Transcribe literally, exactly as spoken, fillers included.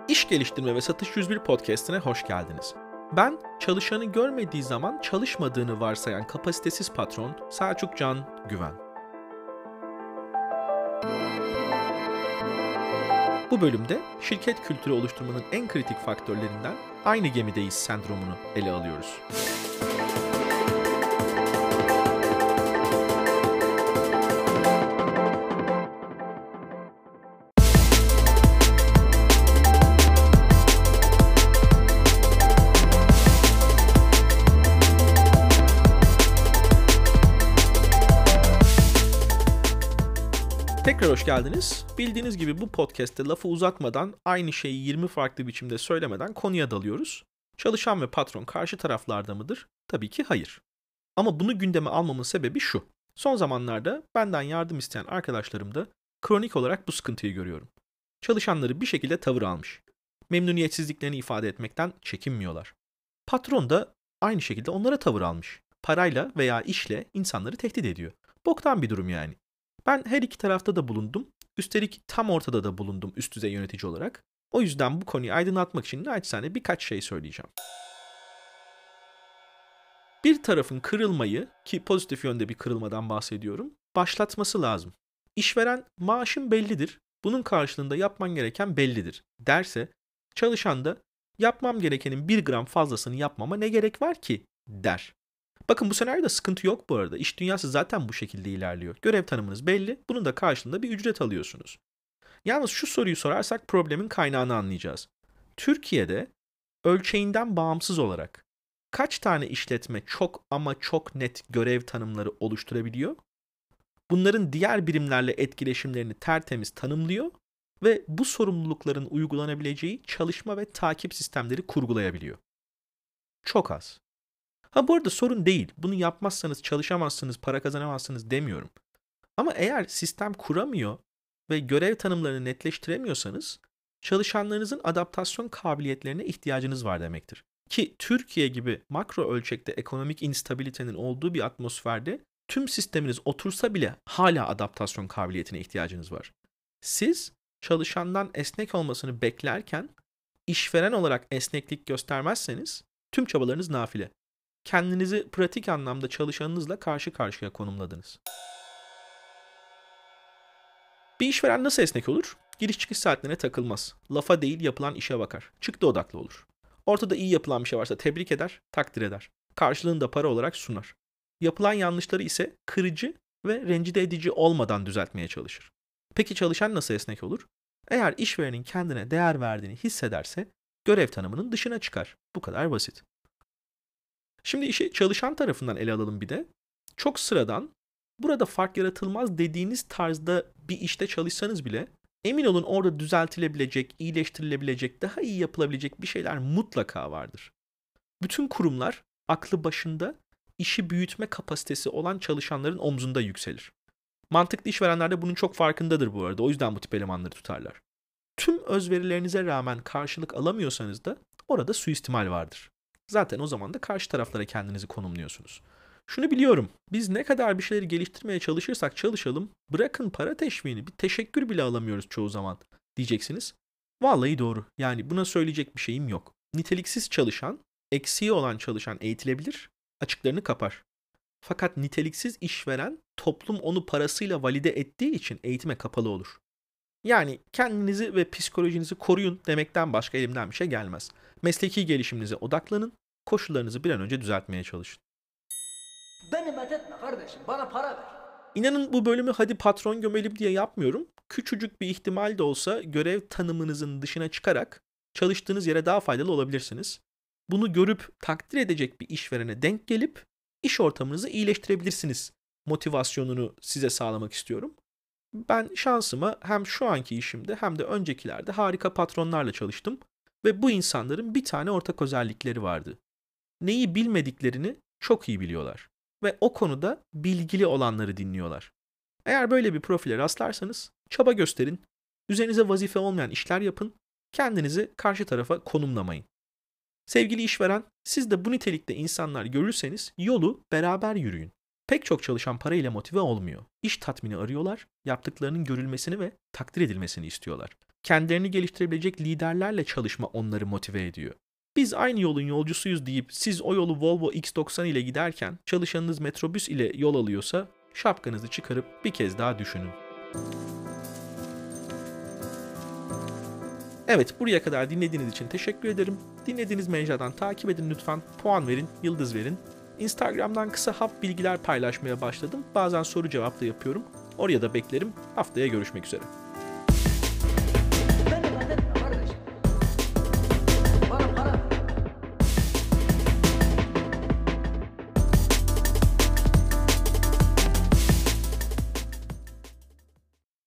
İş Geliştirme ve Satış yüz bir Podcast'ine hoş geldiniz. Ben, çalışanı görmediği zaman çalışmadığını varsayan kapasitesiz patron Selçuk Can Güven. Bu bölümde şirket kültürü oluşturmanın en kritik faktörlerinden aynı gemideyiz sendromunu ele alıyoruz. Tekrar hoş geldiniz. Bildiğiniz gibi bu podcast'te lafı uzatmadan aynı şeyi yirmi farklı biçimde söylemeden konuya dalıyoruz. Çalışan ve patron karşı taraflarda mıdır? Tabii ki hayır. Ama bunu gündeme almamın sebebi şu. Son zamanlarda benden yardım isteyen arkadaşlarımda kronik olarak bu sıkıntıyı görüyorum. Çalışanları bir şekilde tavır almış. Memnuniyetsizliklerini ifade etmekten çekinmiyorlar. Patron da aynı şekilde onlara tavır almış. Parayla veya işle insanları tehdit ediyor. Boktan bir durum yani. Ben her iki tarafta da bulundum. Üstelik tam ortada da bulundum üst düzey yönetici olarak. O yüzden bu konuyu aydınlatmak için naçizane birkaç şey söyleyeceğim. Bir tarafın kırılmayı, ki pozitif yönde bir kırılmadan bahsediyorum, başlatması lazım. İşveren maaşın bellidir, bunun karşılığında yapman gereken bellidir derse, çalışan da yapmam gerekenin bir gram fazlasını yapmama ne gerek var ki der. Bakın bu senaryoda sıkıntı yok bu arada. İş dünyası zaten bu şekilde ilerliyor. Görev tanımınız belli, bunun da karşılığında bir ücret alıyorsunuz. Yalnız şu soruyu sorarsak problemin kaynağını anlayacağız. Türkiye'de ölçeğinden bağımsız olarak kaç tane işletme çok ama çok net görev tanımları oluşturabiliyor? Bunların diğer birimlerle etkileşimlerini tertemiz tanımlıyor ve bu sorumlulukların uygulanabileceği çalışma ve takip sistemleri kurgulayabiliyor. Çok az. Ha bu arada sorun değil. Bunu yapmazsanız çalışamazsınız, para kazanamazsınız demiyorum. Ama eğer sistem kuramıyor ve görev tanımlarını netleştiremiyorsanız çalışanlarınızın adaptasyon kabiliyetlerine ihtiyacınız var demektir. Ki Türkiye gibi makro ölçekte ekonomik instabilitenin olduğu bir atmosferde tüm sisteminiz otursa bile hala adaptasyon kabiliyetine ihtiyacınız var. Siz çalışandan esnek olmasını beklerken işveren olarak esneklik göstermezseniz tüm çabalarınız nafile. Kendinizi pratik anlamda çalışanınızla karşı karşıya konumladınız. Bir işveren nasıl esnek olur? Giriş çıkış saatlerine takılmaz. Lafa değil yapılan işe bakar. Çıktı odaklı olur. Ortada iyi yapılan bir şey varsa tebrik eder, takdir eder. Karşılığını da para olarak sunar. Yapılan yanlışları ise kırıcı ve rencide edici olmadan düzeltmeye çalışır. Peki çalışan nasıl esnek olur? Eğer işverenin kendine değer verdiğini hissederse görev tanımının dışına çıkar. Bu kadar basit. Şimdi işi çalışan tarafından ele alalım bir de. Çok sıradan, burada fark yaratılmaz dediğiniz tarzda bir işte çalışsanız bile emin olun orada düzeltilebilecek, iyileştirilebilecek, daha iyi yapılabilecek bir şeyler mutlaka vardır. Bütün kurumlar aklı başında işi büyütme kapasitesi olan çalışanların omzunda yükselir. Mantıklı işverenler de bunun çok farkındadır bu arada. O yüzden bu tip elemanları tutarlar. Tüm özverilerinize rağmen karşılık alamıyorsanız da orada suistimal vardır. Zaten o zaman da karşı taraflara kendinizi konumluyorsunuz. Şunu biliyorum, biz ne kadar bir şeyleri geliştirmeye çalışırsak çalışalım, bırakın para teşviğini, bir teşekkür bile alamıyoruz çoğu zaman diyeceksiniz. Vallahi doğru, yani buna söyleyecek bir şeyim yok. Niteliksiz çalışan, eksiği olan çalışan eğitilebilir, açıklarını kapar. Fakat niteliksiz işveren, toplum onu parasıyla valide ettiği için eğitime kapalı olur. Yani kendinizi ve psikolojinizi koruyun demekten başka elimden bir şey gelmez. Mesleki gelişiminize odaklanın, koşullarınızı bir an önce düzeltmeye çalışın. Beni methetme kardeşim, bana para ver. İnanın bu bölümü hadi patron gömelim diye yapmıyorum. Küçücük bir ihtimal de olsa görev tanımınızın dışına çıkarak çalıştığınız yere daha faydalı olabilirsiniz. Bunu görüp takdir edecek bir işverene denk gelip iş ortamınızı iyileştirebilirsiniz motivasyonunu size sağlamak istiyorum. Ben şansıma hem şu anki işimde hem de öncekilerde harika patronlarla çalıştım ve bu insanların bir tane ortak özellikleri vardı. Neyi bilmediklerini çok iyi biliyorlar ve o konuda bilgili olanları dinliyorlar. Eğer böyle bir profile rastlarsanız çaba gösterin, üzerinize vazife olmayan işler yapın, kendinizi karşı tarafa konumlamayın. Sevgili işveren, siz de bu nitelikte insanlar görürseniz yolu beraber yürüyün. Pek çok çalışan parayla motive olmuyor. İş tatmini arıyorlar, yaptıklarının görülmesini ve takdir edilmesini istiyorlar. Kendilerini geliştirebilecek liderlerle çalışma onları motive ediyor. Biz aynı yolun yolcusuyuz deyip siz o yolu Volvo X doksan ile giderken çalışanınız metrobüs ile yol alıyorsa şapkanızı çıkarıp bir kez daha düşünün. Evet, buraya kadar dinlediğiniz için teşekkür ederim. Dinlediğiniz mecradan takip edin lütfen. Puan verin, yıldız verin. Instagram'dan kısa hap bilgiler paylaşmaya başladım. Bazen soru cevap da yapıyorum. Oraya da beklerim. Haftaya görüşmek üzere.